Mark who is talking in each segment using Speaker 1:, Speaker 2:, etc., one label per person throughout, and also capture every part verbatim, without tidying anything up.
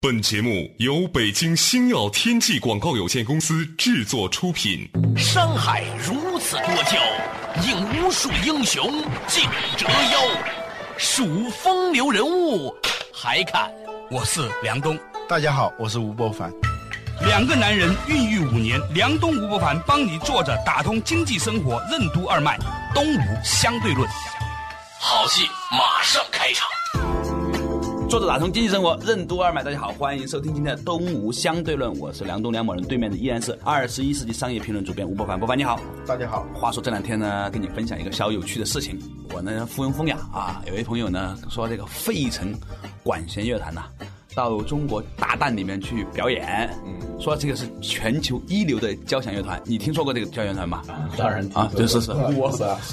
Speaker 1: 本节目由北京星耀天际广告有限公司制作出品。
Speaker 2: 山海如此多娇，引无数英雄竞折腰。数风流人物，还看
Speaker 3: 我是梁冬。
Speaker 4: 大家好，我是吴伯凡。
Speaker 3: 两个男人孕育五年，梁冬吴伯凡帮你坐着打通经济生活任督二脉，东吴相对论。
Speaker 2: 好戏马上开场。
Speaker 5: 作者打通经济生活任督二脉，大家好，欢迎收听今天的东吴相对论，我是梁东梁某人，对面的依然是二十一世纪商业评论主编吴伯凡。伯凡你好。
Speaker 4: 大家好。
Speaker 5: 话说这两天呢，跟你分享一个小有趣的事情。我呢附庸风雅啊，有位朋友呢说这个费城管弦乐团呐、啊，到中国大旦里面去表演，嗯，说这个是全球一流的交响乐团。你听说过这个交响乐团吗？
Speaker 4: 当然听说
Speaker 5: 啊，这是是
Speaker 4: 我是啊，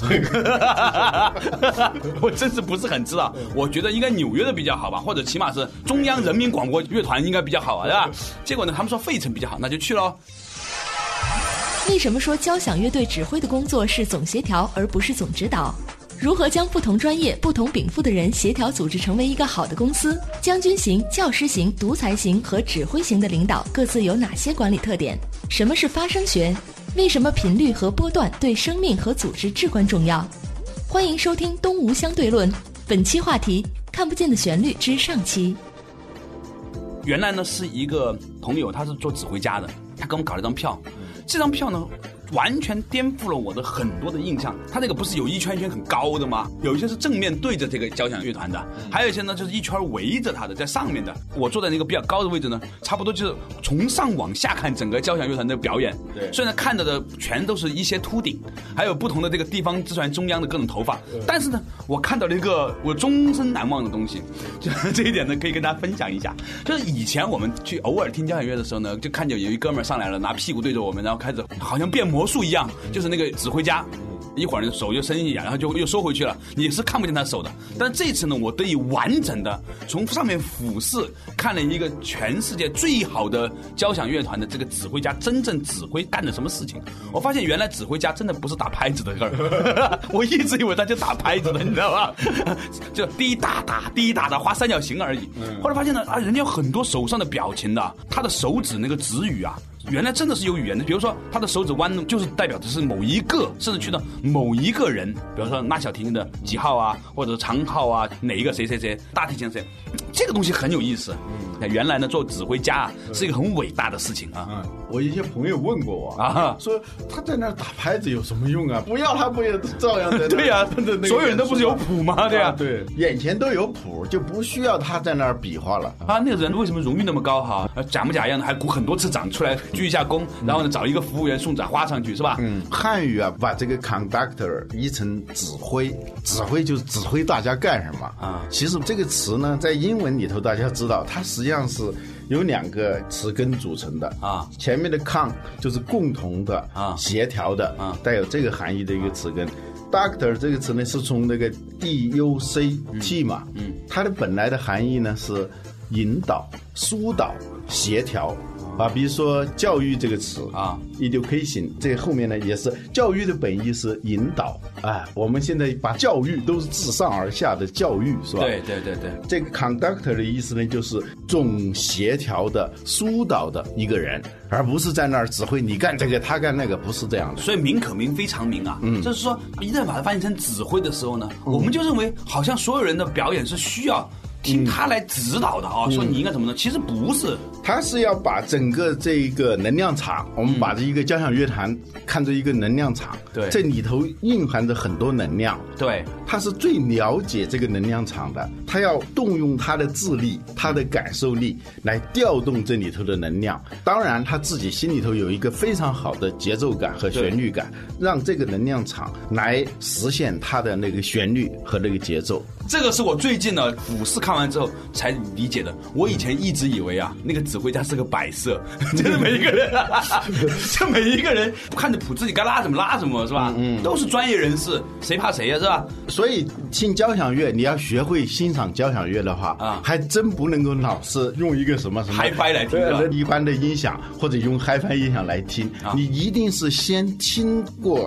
Speaker 5: 我真是不是很知道。我觉得应该纽约的比较好吧，或者起码是中央人民广播乐团应该比较好啊，对吧？结果呢，他们说费城比较好，那就去咯。
Speaker 6: 为什么说交响乐队指挥的工作是总协调而不是总指导？如何将不同专业、不同禀赋的人协调组织成为一个好的公司？将军型、教师型、独裁型和指挥型的领导各自有哪些管理特点？什么是发声学？为什么频率和波段对生命和组织至关重要？欢迎收听东吴相对论，本期话题：看不见的旋律之上期。
Speaker 5: 原来呢是一个朋友，他是做指挥家的，他给我们搞了一张票，这张票呢完全颠覆了我的很多的印象。他那个不是有一圈一圈很高的吗？有一些是正面对着这个交响乐团的，还有一些呢就是一圈围着它的，在上面的。我坐在那个比较高的位置呢，差不多就是从上往下看整个交响乐团的表演。对，所以呢看到的全都是一些秃顶，还有不同的这个地方之传中央的各种头发。但是呢，我看到了一个我终身难忘的东西，就这一点呢可以跟大家分享一下。就是以前我们去偶尔听交响乐的时候呢，就看见有一哥们儿上来了，拿屁股对着我们，然后开始好像变魔术一样，就是那个指挥家一会儿手就伸一下，然后就又收回去了，你是看不见他手的。但是这次呢，我得以完整的从上面俯视看了一个全世界最好的交响乐团的这个指挥家真正指挥干了什么事情。我发现原来指挥家真的不是打拍子的事儿，我一直以为他就打拍子的，你知道吧？就滴答答滴答答画三角形而已。后来发现呢，啊，人家有很多手上的表情的，他的手指那个指语啊。原来真的是有语言的，比如说他的手指弯就是代表的是某一个，甚至去到某一个人，比如说拉小提琴的几号啊，或者长号啊，哪一个谁谁谁，大提琴谁，这个东西很有意思。嗯，原来呢做指挥家啊是一个很伟大的事情啊。
Speaker 4: 嗯，我一些朋友问过我啊，说他在那打拍子有什么用啊？不要他不也照样在那？
Speaker 5: 对呀、啊，所有人都不是有谱吗？对呀、啊，
Speaker 4: 对，眼前都有谱，就不需要他在那儿比划了。
Speaker 5: 啊，那个人为什么荣誉那么高哈？假模假样的还鼓很多次掌出来。鞠一下躬，然后呢，找一个服务员送盏花上去，是吧？
Speaker 4: 嗯，汉语啊，把这个 conductor 译成指挥，指挥就是指挥大家干什么啊？其实这个词呢，在英文里头，大家知道，它实际上是由两个词根组成的啊。前面的 con 就是共同的啊，协调的啊，带有这个含义的一个词根。Doctor 这个词呢，是从那个 D U C T 嘛，嗯，嗯它的本来的含义呢是引导、疏导、协调。啊，比如说教育这个词啊 ，education 这后面呢也是教育的本意是引导啊。我们现在把教育都是自上而下的教育，是吧？
Speaker 5: 对对对对。
Speaker 4: 这个 conductor 的意思呢，就是总协调的、疏导的一个人，而不是在那儿指挥你干这个他干那个，不是这样的。
Speaker 5: 所以名可名非常名啊，嗯，就是说一旦把它翻译成指挥的时候呢，嗯、我们就认为好像所有人的表演是需要听他来指导的啊、哦嗯，说你应该怎么呢？其实不是，
Speaker 4: 他是要把整个这个能量场，我们把这一个交响乐团看作一个能量场，对，这里头蕴含着很多能量，
Speaker 5: 对，
Speaker 4: 他是最了解这个能量场的，他要动用他的智力、他的感受力来调动这里头的能量。当然，他自己心里头有一个非常好的节奏感和旋律感，让这个能量场来实现他的那个旋律和那个节奏。
Speaker 5: 这个是我最近呢俯视看完之后才理解的。我以前一直以为啊，那个指挥家是个摆设，就是每一个人，就每一个人看着谱自己该拉什么拉什么，是吧？嗯，都是专业人士，谁怕谁呀、啊，是吧？
Speaker 4: 所以听交响乐，你要学会欣赏交响乐的话啊，还真不能够老是用一个什么什么
Speaker 5: Hi-Fi 来听，
Speaker 4: 一般的音响或者用 Hi-Fi 音响来听，啊、你一定是先听过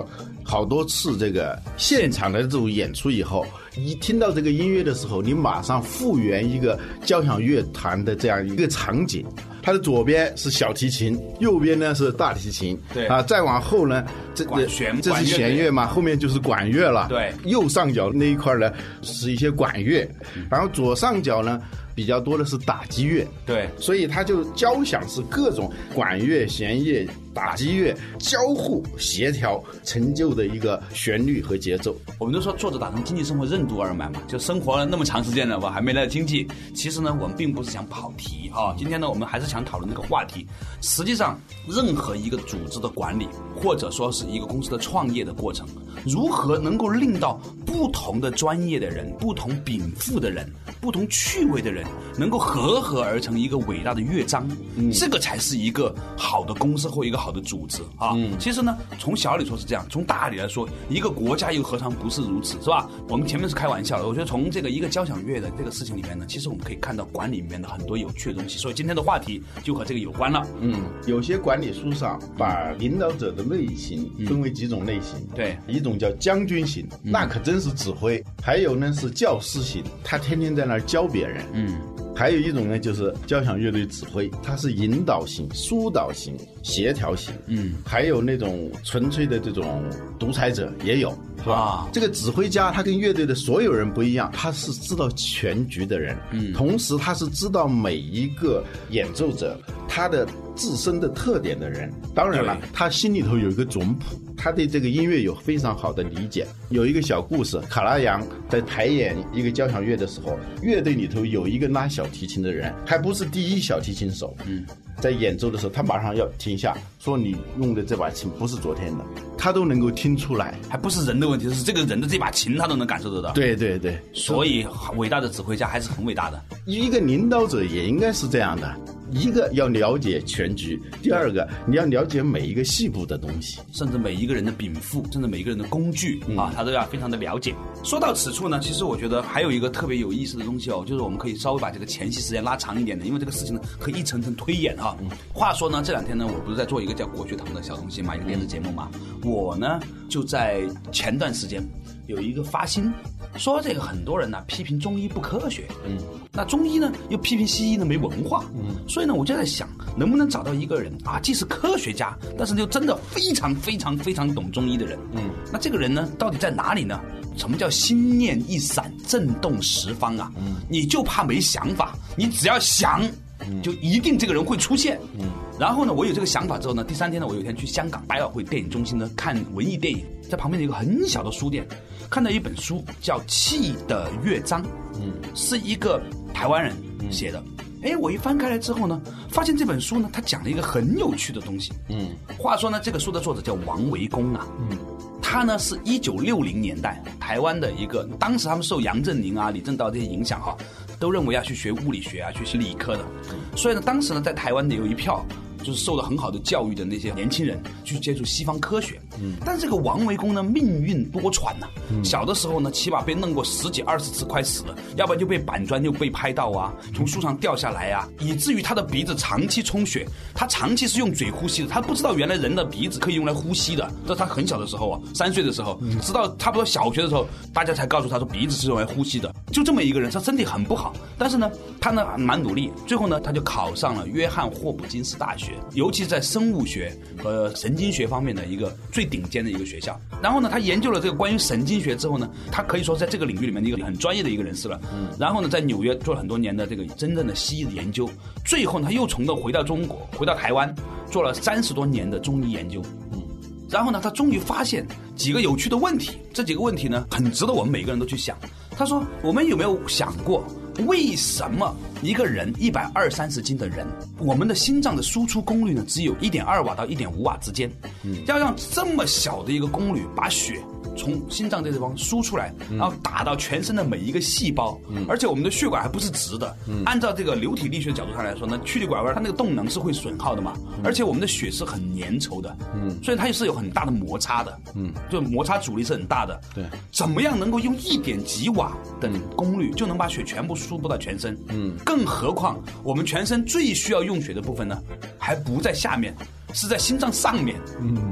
Speaker 4: 好多次这个现场的这种演出以后，一听到这个音乐的时候，你马上复原一个交响乐团的这样一个场景。它的左边是小提琴，右边呢是大提琴，
Speaker 5: 对
Speaker 4: 啊，再往后呢，这
Speaker 5: 弦
Speaker 4: 这是弦乐嘛，后面就是管乐了。
Speaker 5: 对，
Speaker 4: 右上角那一块呢是一些管乐，然后左上角呢比较多的是打击乐。
Speaker 5: 对，
Speaker 4: 所以它就交响是各种管乐、弦乐、打击乐交互协调成就的一个旋律和节奏。
Speaker 5: 我们都说作者打通经济生活任督二脉嘛，就生活了那么长时间了，我还没来经济。其实呢，我们并不是想跑题啊、哦。今天呢，我们还是想讨论这个话题。实际上，任何一个组织的管理，或者说是一个公司的创业的过程，如何能够令到不同的专业的人、不同禀赋的人、不同趣味的人，能够合合而成一个伟大的乐章，嗯、这个才是一个好的公司或一个好的组织啊。嗯、其实呢，从小里说是这样，从大里来说，一个国家又何尝不是如此，是吧？我们前面是开玩笑的，我觉得从这个一个交响乐的这个事情里面呢，其实我们可以看到管理里面的很多有趣的东西，所以今天的话题就和这个有关了。
Speaker 4: 嗯，有些管理书上把领导者的类型分为几种类型，嗯、
Speaker 5: 对，
Speaker 4: 一种叫将军型，嗯、那可真是指挥；还有呢是教师型，他天天在那儿教别人，嗯。还有一种呢，就是交响乐队指挥，它是引导型、疏导型、协调型。嗯，还有那种纯粹的这种独裁者也有，是吧？啊、这个指挥家他跟乐队的所有人不一样，他是知道全局的人，嗯，同时他是知道每一个演奏者他的自身的特点的人。当然了，他心里头有一个总谱，他对这个音乐有非常好的理解。有一个小故事，卡拉扬在排演一个交响乐的时候，乐队里头有一个拉小提琴的人，还不是第一小提琴手，嗯，在演奏的时候他马上要停下，说你用的这把琴不是昨天的，他都能够听出来。
Speaker 5: 还不是人的问题，是这个人的这把琴他都能感受得到。
Speaker 4: 对对对，
Speaker 5: 所以伟大的指挥家还是很伟大的。
Speaker 4: 一个领导者也应该是这样的，一个要了解全局，第二个你要了解每一个细部的东西，
Speaker 5: 甚至每一个人的禀赋，甚至每一个人的工具、嗯、啊，他都要非常的了解。说到此处呢，其实我觉得还有一个特别有意思的东西哦，就是我们可以稍微把这个前期时间拉长一点的，因为这个事情呢可以一层层推演哈、啊。嗯、话说呢，这两天呢，我不是在做一个叫国学堂的小东西嘛，一个电视节目嘛，嗯、我呢就在前段时间有一个发心，说这个很多人呢批评中医不科学，嗯，那中医呢又批评西医呢没文化，嗯，所以呢我就在想，能不能找到一个人啊，既是科学家，但是又真的非常非常非常懂中医的人，嗯，那这个人呢到底在哪里呢？什么叫心念一闪，震动十方啊？嗯，你就怕没想法，你只要想，就一定这个人会出现。嗯，然后呢，我有这个想法之后呢，第三天呢，我有一天去香港百老汇电影中心呢看文艺电影，在旁边有一个很小的书店，看到一本书叫《气的乐章》，嗯，是一个台湾人写的。哎，我一翻开来之后呢，发现这本书呢，它讲了一个很有趣的东西。嗯，话说呢，这个书的作者叫王维公啊。嗯。他呢是一九六零年代台湾的一个，当时他们受杨振宁啊、李政道这些影响哈，都认为要去学物理学啊，去学理科的，所以呢，当时呢在台湾有一票就是受了很好的教育的那些年轻人去接触西方科学。嗯，但是这个王维公呢命运多舛呐、啊，嗯、小的时候呢起码被弄过十几二十次快死了，要不然就被板砖又被拍到啊，从树上掉下来啊，以至于他的鼻子长期充血，他长期是用嘴呼吸的，他不知道原来人的鼻子可以用来呼吸的，这他很小的时候啊，三岁的时候，直到差不多小学的时候，大家才告诉他说鼻子是用来呼吸的，就这么一个人，他身体很不好，但是呢他呢蛮努力，最后呢他就考上了约翰霍普金斯大学，尤其是在生物学和神经学方面的一个最顶尖的一个学校。然后呢他研究了这个关于神经学之后呢，他可以说在这个领域里面的一个很专业的一个人士了。嗯，然后呢在纽约做了很多年的这个真正的西医的研究，最后他又从头回到中国，回到台湾做了三十多年的中医研究。嗯，然后呢他终于发现几个有趣的问题，这几个问题呢很值得我们每个人都去想。他说，我们有没有想过，为什么一个人一百二三十斤的人，我们的心脏的输出功率呢只有一点二瓦到一点五瓦之间？嗯，要让这么小的一个功率把血从心脏这地方输出来，然后打到全身的每一个细胞，嗯、而且我们的血管还不是直的。嗯、按照这个流体力学的角度上来说呢，曲力拐弯它那个动能是会损耗的嘛，嗯、而且我们的血是很粘稠的，嗯，所以它也是有很大的摩擦的，嗯，就摩擦阻力是很大的。对，怎么样能够用一点几瓦的功率就能把血全部输布到全身？嗯，更何况我们全身最需要用血的部分呢，还不在下面，是在心脏上面。嗯。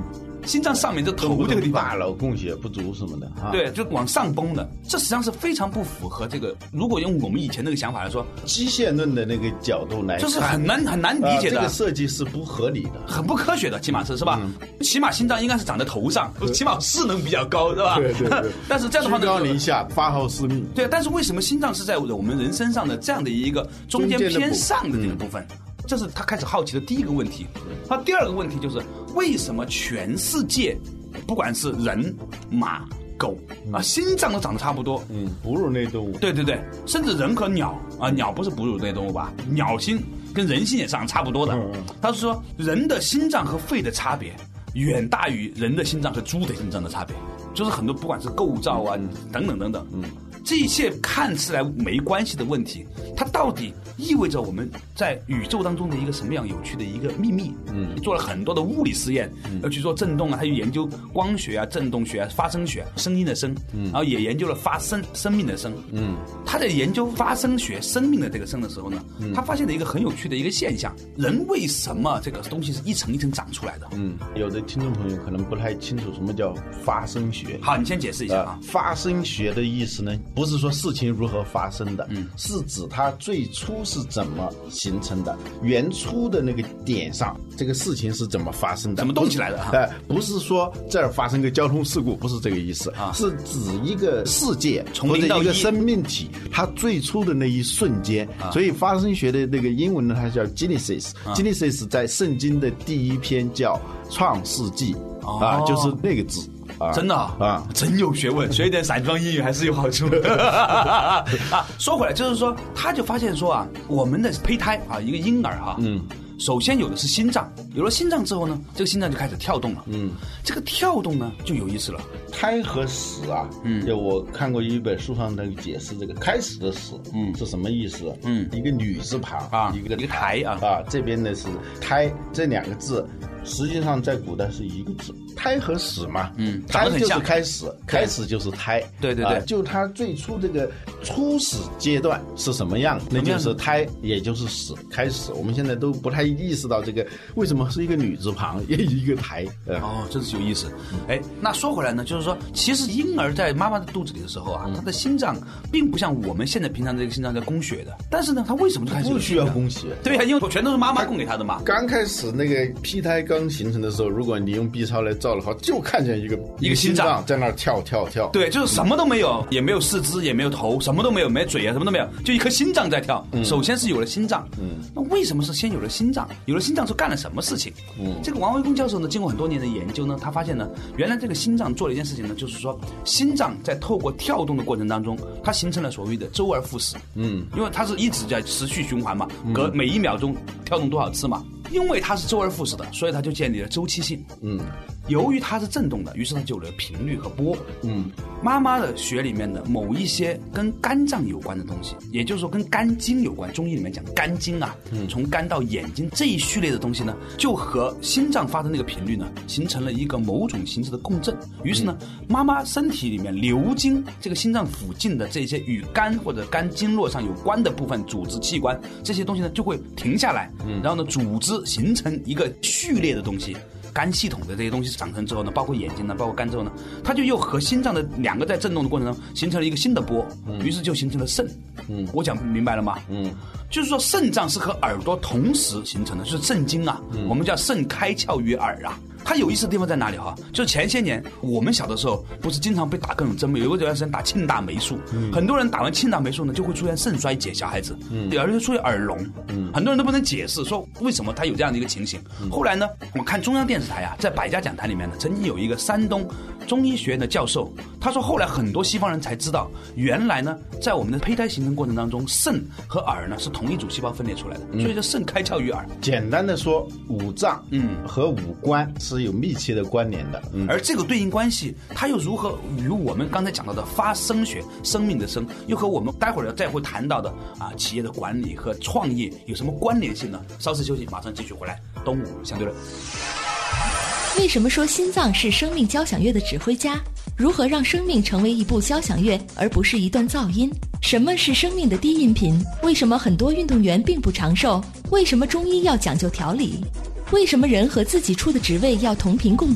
Speaker 5: 心脏上面这头这个地方，
Speaker 4: 大脑供血不足什么的啊，
Speaker 5: 对，就往上绷的，这实际上是非常不符合这个。如果用我们以前那个想法来说，
Speaker 4: 机械论的那个角度来看，
Speaker 5: 就是很难很难理解的，
Speaker 4: 啊、这个设计是不合理的，
Speaker 5: 很不科学的，起码是是吧？嗯、起码心脏应该是长在头上，起码势能比较高，是吧？
Speaker 4: 对对对。
Speaker 5: 但是这样的话呢，
Speaker 4: 居高临下，发号施令。
Speaker 5: 对，但是为什么心脏是在我们人身上的这样的一个中间偏上的这个部分？嗯，这是他开始好奇的第一个问题。他第二个问题就是为什么全世界不管是人、马、狗啊，心脏都长得差不多？
Speaker 4: 嗯，哺乳类动物。
Speaker 5: 对对对，甚至人和鸟啊，鸟不是哺乳类动物吧？鸟心跟人心也长得差不多的。嗯嗯，他是说人的心脏和肺的差别远大于人的心脏和猪的心脏的差别，就是很多不管是构造啊、嗯、等等等等，嗯。这些看起来没关系的问题，它到底意味着我们在宇宙当中的一个什么样有趣的一个秘密？嗯，做了很多的物理实验，嗯、要去做振动啊，他去研究光学啊、振动学啊、发声学、声音的声，嗯，然后也研究了发生生命的生，嗯，他在研究发声学、生命的这个生的时候呢，嗯、他发现了一个很有趣的一个现象：人为什么这个东西是一层一层长出来的？
Speaker 4: 嗯，有的听众朋友可能不太清楚什么叫发声学。
Speaker 5: 好，你先解释一下啊。
Speaker 4: 呃、发声学的意思呢？不是说事情如何发生的，嗯，是指它最初是怎么形成的，原初的那个点上，这个事情是怎么发生的，
Speaker 5: 怎么动起来的？
Speaker 4: 呃，不是说这儿发生个交通事故，不是这个意思，啊、是指一个世界或者一个生命体，它最初的那一瞬间。啊、所以发声学的那个英文呢，它叫 Genesis，Genesis、啊、在圣经的第一篇叫创世纪，哦、啊，就是那个字。
Speaker 5: 啊、真的 啊, 啊，真有学问，学一点散装英语还是有好处的。啊，说回来，就是说，他就发现说啊，我们的胚胎啊，一个婴儿哈、啊，嗯，首先有的是心脏，有了心脏之后呢，这个心脏就开始跳动了，嗯，这个跳动呢就有意思了。
Speaker 4: 胎和始啊，嗯，就我看过一本书上那个解释，这个开始的始，嗯，是什么意思？嗯，一个女字旁啊，一个
Speaker 5: 一个台啊，
Speaker 4: 啊，这边呢是胎，这两个字实际上在古代是一个字。胎和始嘛，嗯，胎就是开始，开始就是胎，
Speaker 5: 对对对，
Speaker 4: 啊、就它最初这个初始阶段是什么样，那就是胎，也就是始，开始。我们现在都不太意识到这个为什么是一个女字旁，也一个胎。
Speaker 5: 呃、哦，真是有意思。哎，那说回来呢，就是说，其实婴儿在妈妈的肚子里的时候啊，嗯、他的心脏并不像我们现在平常这个心脏在供血的，但是呢，他为什么就开始
Speaker 4: 不需要供血？
Speaker 5: 对呀、啊，因为全都是妈妈供给他的嘛。
Speaker 4: 刚开始那个胚胎刚形成的时候，如果你用 B 超来照的话，就看见一个
Speaker 5: 一个心脏
Speaker 4: 在那儿跳跳跳。
Speaker 5: 对，就是什么都没有，也没有四肢，也没有头，什么都没有，没嘴啊，什么都没有，就一颗心脏在跳。嗯、首先是有了心脏，嗯，那为什么是先有了心脏？有了心脏是干了什么事情？嗯，这个王维公教授呢，经过很多年的研究呢，他发现呢，原来这个心脏做了一件事情呢，就是说心脏在透过跳动的过程当中，它形成了所谓的周而复始。嗯，因为它是一直在持续循环嘛，隔每一秒钟跳动多少次嘛。因为它是周而复始的，所以它就建立了周期性。嗯，由于它是振动的，于是它就有了频率和波。嗯，妈妈的血里面的某一些跟肝脏有关的东西，也就是说跟肝经有关，中医里面讲肝经啊，嗯、从肝到眼睛这一序列的东西呢，就和心脏发的那个频率呢，形成了一个某种形式的共振。于是呢，嗯、妈妈身体里面流经这个心脏附近的这些与肝或者肝经络上有关的部分组织器官，这些东西呢就会停下来，嗯、然后呢组织形成一个序列的东西。肝系统的这些东西长成之后呢，包括眼睛呢，包括肝之后呢，它就又和心脏的两个在振动的过程中形成了一个新的波，嗯、于是就形成了肾。嗯，我讲明白了吗？嗯，就是说肾脏是和耳朵同时形成的，就是肾经啊，嗯、我们叫肾开窍于耳啊。它有意思的地方在哪里哈？就是前些年我们小的时候，不是经常被打各种针吗？有一段时间打庆大霉素，嗯、很多人打完庆大霉素呢，就会出现肾衰竭，小孩子，嗯，有人就出现耳聋，嗯，很多人都不能解释说为什么他有这样的一个情形。嗯、后来呢，我看中央电视台啊，在百家讲坛里面呢，曾经有一个山东中医学院的教授，他说后来很多西方人才知道，原来呢，在我们的胚胎形成过程当中，肾和耳呢是同一组细胞分裂出来的，嗯、所以叫肾开窍于耳。
Speaker 4: 简单的说，五脏嗯和五官是有密切的关联的，
Speaker 5: 嗯、而这个对应关系，它又如何与我们刚才讲到的发声学、生命的生，又和我们待会儿再会谈到的啊企业的管理和创业有什么关联性呢？稍事休息，马上继续回来。东吴相对论。
Speaker 6: 为什么说心脏是生命交响乐的指挥家？如何让生命成为一部交响乐，而不是一段噪音？什么是生命的低音频？为什么很多运动员并不长寿？为什么中医要讲究调理？为什么人和自己处的职位要同频共振？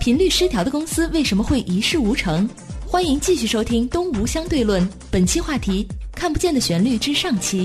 Speaker 6: 频率失调的公司为什么会一事无成？欢迎继续收听《东吴相对论》，本期话题：看不见的旋律之上期。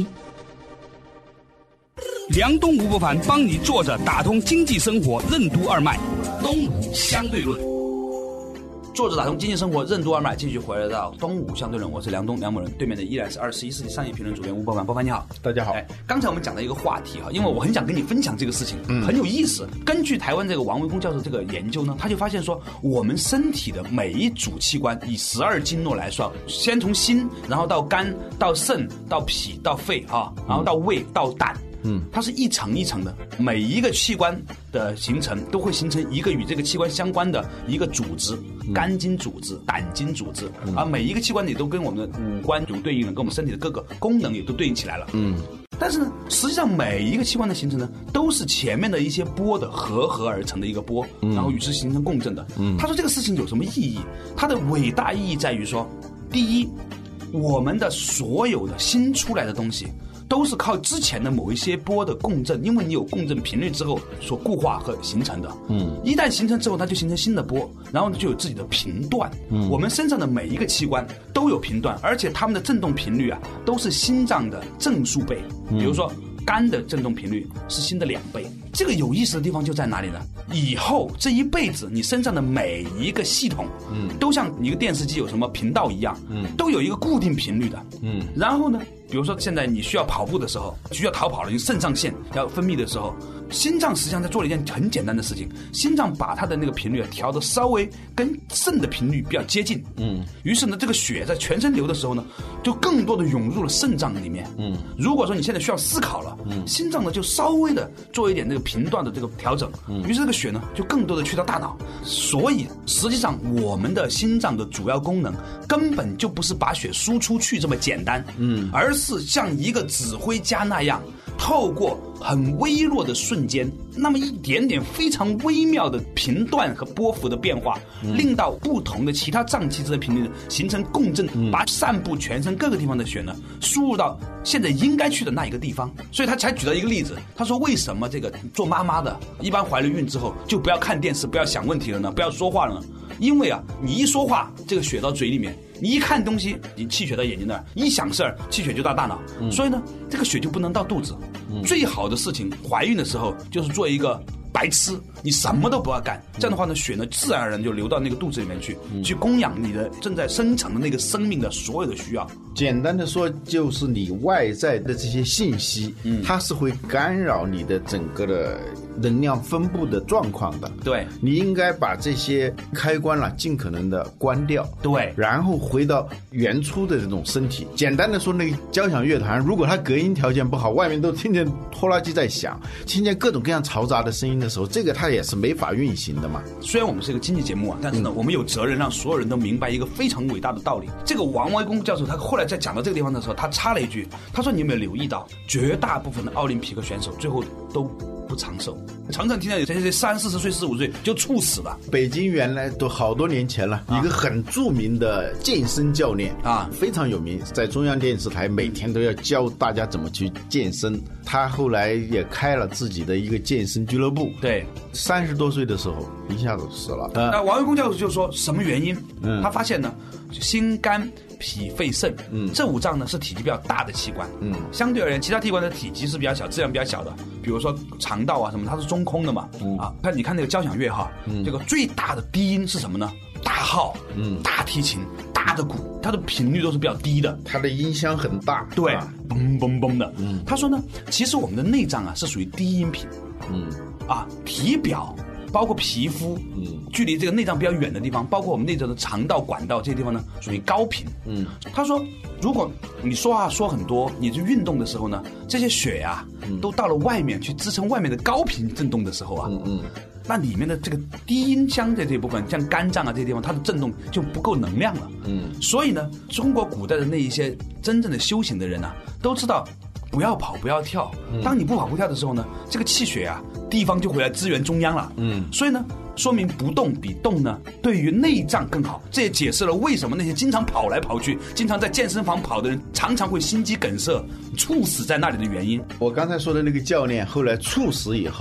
Speaker 3: 梁东吴不凡帮你坐着打通经济生活任督二脉，东吴相对论。
Speaker 5: 作者打通经济生活任督二脉，继续回来到东吴相对论，我是梁东梁某人，对面的依然是二十一世纪商业评论主编吴伯凡。伯凡你好。
Speaker 4: 大家好。
Speaker 5: 哎，刚才我们讲到一个话题哈，因为我很想跟你分享这个事情，嗯、很有意思。根据台湾这个王维公教授这个研究呢，他就发现说，我们身体的每一组器官以十二经络来算，先从心，然后到肝，到肾，到脾，到肺啊，然后到胃，到胆。嗯，它是一层一层的，每一个器官的形成都会形成一个与这个器官相关的一个组织，肝经组织、胆经组织，嗯、而每一个器官也都跟我们的五官有对应的，跟我们身体的各个功能也都对应起来了。嗯，但是呢，实际上每一个器官的形成呢，都是前面的一些波的合合而成的一个波，嗯、然后与之形成共振的。嗯，他说这个事情有什么意义？它的伟大意义在于说，第一，我们的所有的新出来的东西。都是靠之前的某一些波的共振，因为你有共振频率之后所固化和形成的。嗯，一旦形成之后，它就形成新的波，然后就有自己的频段。嗯，我们身上的每一个器官都有频段，而且它们的振动频率啊，都是心脏的正数倍。比如说，肝的振动频率是心的两倍。这个有意思的地方就在哪里呢？以后这一辈子，你身上的每一个系统，嗯，都像一个电视机有什么频道一样，嗯，都有一个固定频率的，嗯。然后呢，比如说现在你需要跑步的时候，需要逃跑了，你肾上腺要分泌的时候，心脏实际上在做了一件很简单的事情，心脏把它的那个频率调得稍微跟肾的频率比较接近，嗯。于是呢，这个血在全身流的时候呢，就更多的涌入了肾脏里面，嗯。如果说你现在需要思考了，嗯，心脏呢就稍微的做一点那个频段的这个调整，嗯，于是这个血呢就更多的去到大脑。所以实际上我们的心脏的主要功能根本就不是把血输出去这么简单，嗯，而是像一个指挥家那样，透过很微弱的瞬间，那么一点点非常微妙的频段和波幅的变化，嗯、令到不同的其他脏器质的频率形成共振，嗯、把散布全身各个地方的血呢输入到现在应该去的那一个地方。所以他才举到一个例子，他说为什么这个做妈妈的一般怀了孕之后就不要看电视，不要想问题了呢，不要说话了呢？因为啊，你一说话，这个血到嘴里面；你一看东西，你气血到眼睛那儿；一想事儿，气血就到大脑。嗯、所以呢，这个血就不能到肚子。嗯、最好的事情，怀孕的时候就是做一个白痴，你什么都不要干。这样的话呢，血呢自然而然就流到那个肚子里面去，嗯、去供养你的正在生成的那个生命的所有的需要。
Speaker 4: 简单的说，就是你外在的这些信息，嗯、它是会干扰你的整个的能量分布的状况的。
Speaker 5: 对，
Speaker 4: 你应该把这些开关了尽可能的关掉。
Speaker 5: 对，
Speaker 4: 然后回到原初的这种身体。简单的说，那个交响乐团，如果它隔音条件不好，外面都听见拖拉机在响，听见各种各样嘈杂的声音的时候，这个它也是没法运行的嘛。
Speaker 5: 虽然我们是一个经济节目啊，但是呢，嗯、我们有责任让所有人都明白一个非常伟大的道理。这个王维公教授他后来在讲到这个地方的时候，他插了一句，他说：“你有没有留意到，绝大部分的奥林匹克选手最后都不长寿？常常听到有这些三四十岁、四五岁就猝死了。”
Speaker 4: 北京原来都好多年前了，啊、一个很著名的健身教练啊，非常有名，在中央电视台每天都要教大家怎么去健身。他后来也开了自己的一个健身俱乐部。
Speaker 5: 对，
Speaker 4: 三十多岁的时候一下子死了。
Speaker 5: 呃、那王维公教授就说什么原因？嗯，他发现呢，心肝脾肺肾，嗯，这五脏呢是体积比较大的器官，嗯，相对而言，其他器官的体积是比较小，质量比较小的，比如说肠道啊什么，它是中空的嘛，嗯啊，看你看那个交响乐哈，嗯，这个最大的低音是什么呢？大号，嗯，大提琴，大的鼓，它的频率都是比较低的，
Speaker 4: 它的音箱很大，
Speaker 5: 对，嘣嘣嘣的，嗯，他说呢，其实我们的内脏啊是属于低音频，嗯，啊，体表。包括皮肤，嗯，距离这个内脏比较远的地方，包括我们内脏的肠道、管道这些地方呢，属于高频。嗯，他说，如果你说话说很多，你去运动的时候呢，这些血啊，嗯、都到了外面去支撑外面的高频振动的时候啊，嗯嗯，那里面的这个低音腔的这部分，像肝脏啊这些地方，它的振动就不够能量了。嗯，所以呢，中国古代的那一些真正的修行的人啊，都知道。不要跑，不要跳。当你不跑不跳的时候呢，这个气血啊，地方就回来支援中央了。嗯，所以呢，说明不动比动呢，对于内脏更好。这也解释了为什么那些经常跑来跑去、经常在健身房跑的人，常常会心肌梗塞、猝死在那里的原因。
Speaker 4: 我刚才说的那个教练后来猝死以后，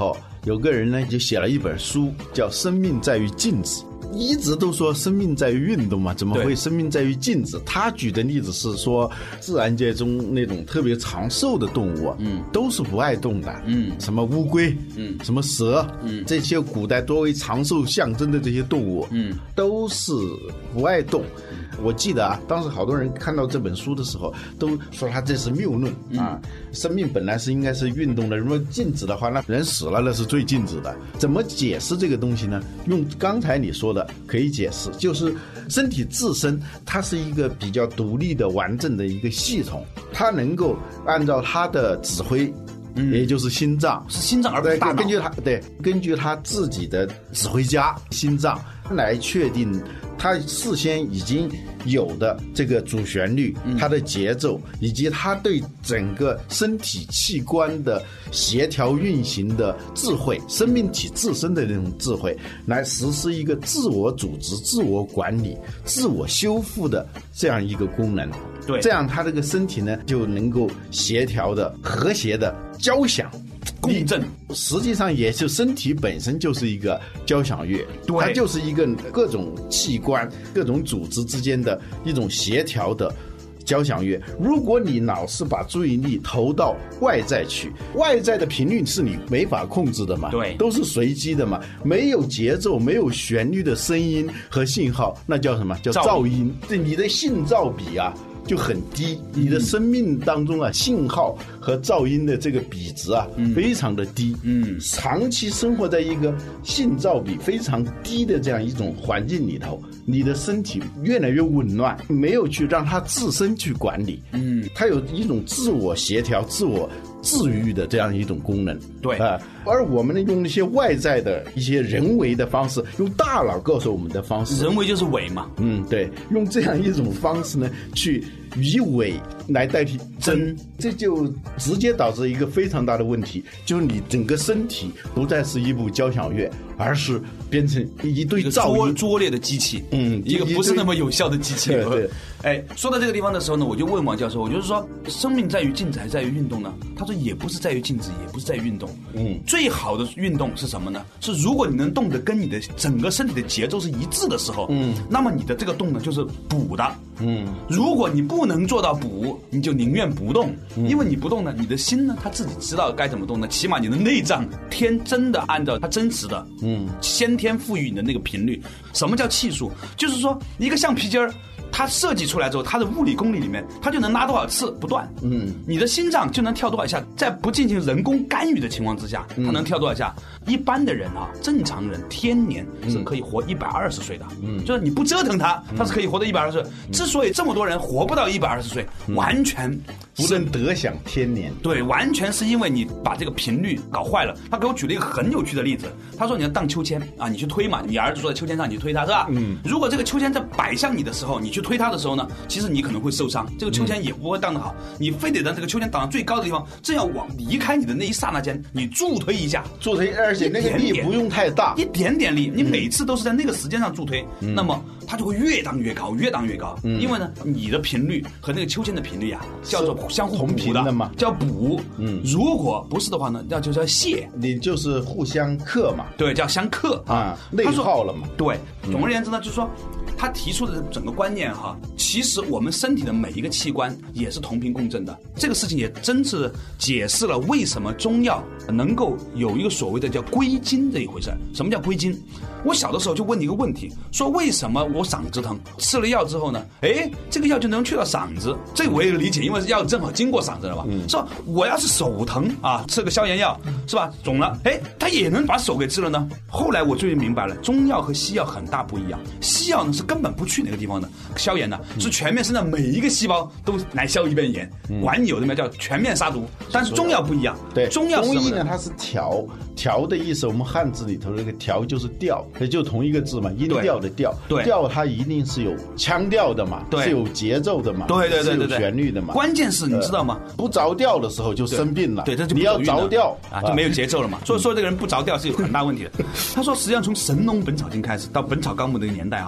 Speaker 4: 有个人呢就写了一本书，叫《生命在于静止》。一直都说生命在于运动嘛，怎么会生命在于静止？他举的例子是说，自然界中那种特别长寿的动物，嗯，都是不爱动的，嗯，什么乌龟，嗯，什么蛇，嗯，这些古代作为长寿象征的这些动物，嗯，都是不爱动。我记得啊，当时好多人看到这本书的时候，都说他这是谬论啊，生命本来是应该是运动的，如果静止的话，那人死了那是最静止的。怎么解释这个东西呢？用刚才你说的可以解释，就是身体自身它是一个比较独立的完整的一个系统，它能够按照它的指挥，嗯，也就是心脏，
Speaker 5: 是心脏而不是大脑。
Speaker 4: 根据他对，根据他自己的指挥家心脏来确定他事先已经有的这个主旋律，嗯，它的节奏，以及他对整个身体器官的协调运行的智慧，生命体自身的那种智慧，来实施一个自我组织、自我管理、自我修复的这样一个功能。
Speaker 5: 对，
Speaker 4: 这样他这个身体呢就能够协调的、和谐的交响。
Speaker 5: 共振，
Speaker 4: 实际上也就身体本身就是一个交响乐，
Speaker 5: 对，
Speaker 4: 它就是一个各种器官、各种组织之间的一种协调的交响乐。如果你老是把注意力投到外在去，外在的频率是你没法控制的嘛，
Speaker 5: 对，
Speaker 4: 都是随机的嘛，没有节奏、没有旋律的声音和信号，那叫什么？叫噪音。对，你的信噪比啊就很低，你的生命当中啊，信号和噪音的这个比值啊，嗯，非常的低。嗯，长期生活在一个信噪比非常低的这样一种环境里头，你的身体越来越紊乱，没有去让它自身去管理。嗯，它有一种自我协调、自我治愈的这样一种功能。
Speaker 5: 对
Speaker 4: 啊，而我们呢，用那些外在的一些人为的方式，用大脑告诉我们的方式，
Speaker 5: 人为就是伪嘛。
Speaker 4: 嗯，对，用这样一种方式呢，去以伪来代替真，这就直接导致一个非常大的问题，就是你整个身体不再是一部交响乐，而是变成一堆噪音
Speaker 5: 拙劣的机器，
Speaker 4: 嗯，
Speaker 5: 一个不是那么有效的机器。
Speaker 4: 对对。
Speaker 5: 哎，说到这个地方的时候呢，我就问王教授，我就是说，生命在于静止还是在于运动呢？他说也不是在于静止，也不是在于运动。嗯，最好的运动是什么呢？是如果你能动得跟你的整个身体的节奏是一致的时候，嗯，那么你的这个动呢就是补的。嗯，如果你不能做到补，你就宁愿不动，嗯，因为你不动呢，你的心呢，他自己知道该怎么动呢，起码你的内脏天真的按照它真实的，嗯，先天赋予你的那个频率。什么叫气数？就是说一个橡皮筋儿，它设计出来之后，它的物理公理里面，它就能拉多少次不断。嗯，你的心脏就能跳多少下，在不进行人工干预的情况之下，它能跳多少下？嗯，一般的人啊，正常人天年是可以活一百二十岁的。嗯，就是你不折腾它，它是可以活到一百二十岁。嗯，之所以这么多人活不到一百二十岁，嗯，完全
Speaker 4: 不能得享天年。
Speaker 5: 对，完全是因为你把这个频率搞坏了。他给我举了一个很有趣的例子，他说你要荡秋千啊，你去推嘛，你儿子坐在秋千上，你去推他是吧？嗯，如果这个秋千在摆向你的时候，你去推它的时候呢，其实你可能会受伤，这个秋千也不会荡得好。嗯，你非得让这个秋千荡到最高的地方，正要往离开你的那一刹那间，你助推一下，
Speaker 4: 助推，而且那个力不用太大，
Speaker 5: 一点点力，你每次都是在那个时间上助推，嗯，那么它就会越荡越高，越荡越高。嗯，因为呢，你的频率和那个秋千的频率啊，叫做相互
Speaker 4: 同频的嘛，
Speaker 5: 叫补。嗯，如果不是的话呢，那就叫泄，
Speaker 4: 你就是互相克嘛。
Speaker 5: 对，叫相克
Speaker 4: 啊，内耗了嘛。
Speaker 5: 对，总而言之呢，就是说。他提出的整个观念哈，其实我们身体的每一个器官也是同频共振的。这个事情也真是解释了为什么中药能够有一个所谓的叫归经这一回事。什么叫归经？我小的时候就问你一个问题，说为什么我嗓子疼，吃了药之后呢，哎，这个药就能去到嗓子？这我也理解，因为药正好经过嗓子了吧？嗯，说我要是手疼啊，吃个消炎药是吧，肿了，哎，它也能把手给治了呢。后来我终于明白了，中药和西药很大不一样。西药呢是根本不去那个地方的，消炎呢是全面身上每一个细胞都来消一遍炎，管你有什么叫全面杀毒。但是中药不一样，
Speaker 4: 对，
Speaker 5: 中药
Speaker 4: 中医呢它是调，调的意思，我们汉字里头那个调就是调，也就同一个字嘛，音调的调，
Speaker 5: 对，
Speaker 4: 调它一定是有腔调的嘛，
Speaker 5: 对，
Speaker 4: 是有节奏的嘛，
Speaker 5: 对对对对对，
Speaker 4: 是有旋律的嘛。
Speaker 5: 关键是你知道吗？
Speaker 4: 呃、不着调的时候就生病了，
Speaker 5: 对，这就
Speaker 4: 你要着调
Speaker 5: 啊，就没有节奏了嘛。所以说这个人不着调是有很大问题的。他说，实际上从《神农本草经》开始到《本草纲目》这个年代哈，嗯，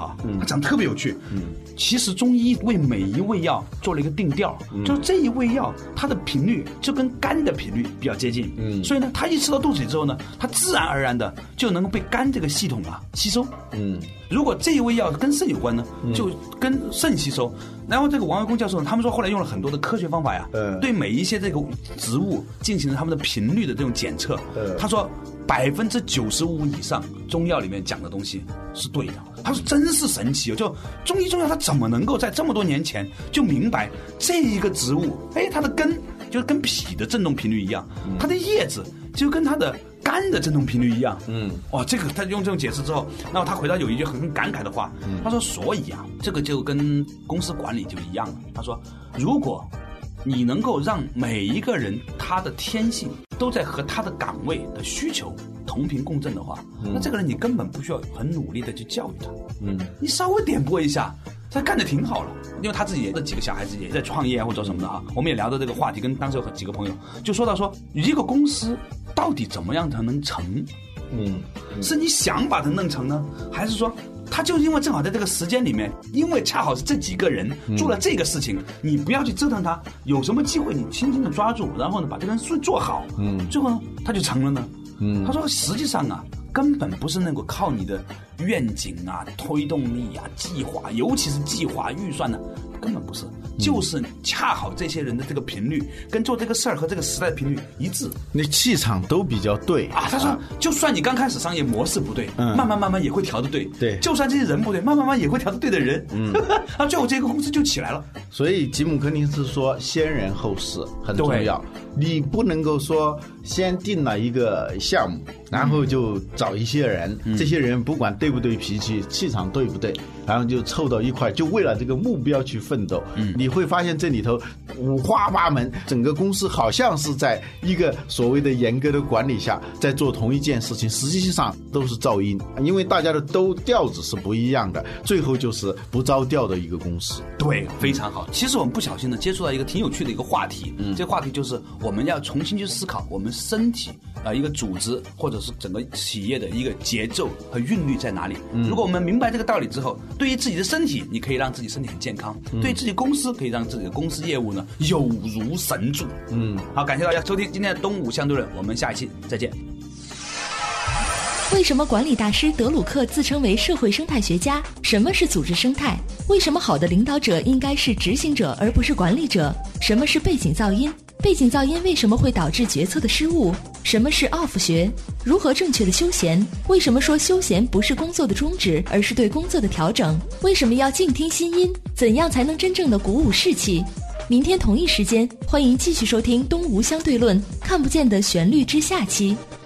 Speaker 5: 讲得特别有趣。嗯，其实中医为每一味药做了一个定调，嗯、就是这一味药它的频率就跟肝的频率比较接近。嗯，所以呢，它一吃到肚子里之后呢，它自然而然的就能够被肝这个系统啊吸收。嗯，如果这一味药跟肾有关呢，就跟肾吸收。然后这个王维公教授他们说后来用了很多的科学方法呀，呃、对每一些这个植物进行了他们的频率的这种检测。呃、他说百分之九十五以上中药里面讲的东西是对的。他说真是神奇哦！就中医中药，他怎么能够在这么多年前就明白这一个植物，哎，它的根就跟脾的振动频率一样，嗯、它的叶子就跟它的肝的振动频率一样。嗯，哇，这个他用这种解释之后，然后他回到有一句很感慨的话，嗯、他说：“所以啊，这个就跟公司管理就一样了。”他说：“如果你能够让每一个人他的天性都在和他的岗位的需求同频共振的话，嗯、那这个人你根本不需要很努力的去教育他，嗯，你稍微点拨一下，他干得挺好了。因为他自己这几个小孩子也在创业啊或者什么的啊，我们也聊到这个话题，跟当时有几个朋友就说到说，一个公司到底怎么样才能成？嗯，嗯是你想把它弄成呢，还是说？他就因为正好在这个时间里面，因为恰好是这几个人做了这个事情，嗯、你不要去折腾他，有什么机会你轻轻的抓住，然后呢把这个人事做好，嗯，最后呢他就成了呢。嗯，他说实际上啊，根本不是能够靠你的愿景啊、推动力啊、计划，尤其是计划预算呢，根本不是，就是恰好这些人的这个频率跟做这个事儿和这个时代的频率一致，
Speaker 4: 那气场都比较对
Speaker 5: 啊。他说，啊、就算你刚开始商业模式不对，嗯、慢慢慢慢也会调得对。
Speaker 4: 对，
Speaker 5: 就算这些人不对，慢慢慢慢也会调得对的人。嗯，啊，最后这个公司就起来了。
Speaker 4: 所以吉姆·柯林斯说，先人后事很重要。你不能够说先定了一个项目，然后就找一些人，嗯、这些人不管对不对脾气，气场对不对，然后就凑到一块，就为了这个目标去奋斗。嗯，你会发现这里头五花八门，整个公司好像是在一个所谓的严格的管理下在做同一件事情，实际上都是噪音，因为大家的都调子是不一样的，最后就是不着调的一个公司。
Speaker 5: 对，非常好。其实我们不小心的接触到一个挺有趣的一个话题，嗯，这个话题就是我们要重新去思考我们身体啊、呃、一个组织或者是整个企业的一个节奏和韵律在哪里。嗯，如果我们明白这个道理之后，对于自己的身体，你可以让自己身体很健康；嗯、对于自己公司，可以让自己的公司业务呢有如神助。嗯，好，感谢大家收听今天的东吴相对论，我们下一期再见。
Speaker 6: 为什么管理大师德鲁克自称为社会生态学家？什么是组织生态？为什么好的领导者应该是执行者而不是管理者？什么是背景噪音？背景噪音为什么会导致决策的失误？什么是 off 学？如何正确的休闲？为什么说休闲不是工作的终止，而是对工作的调整？为什么要静听心音？怎样才能真正的鼓舞士气？明天同一时间，欢迎继续收听东吴相对论，看不见的旋律之下期。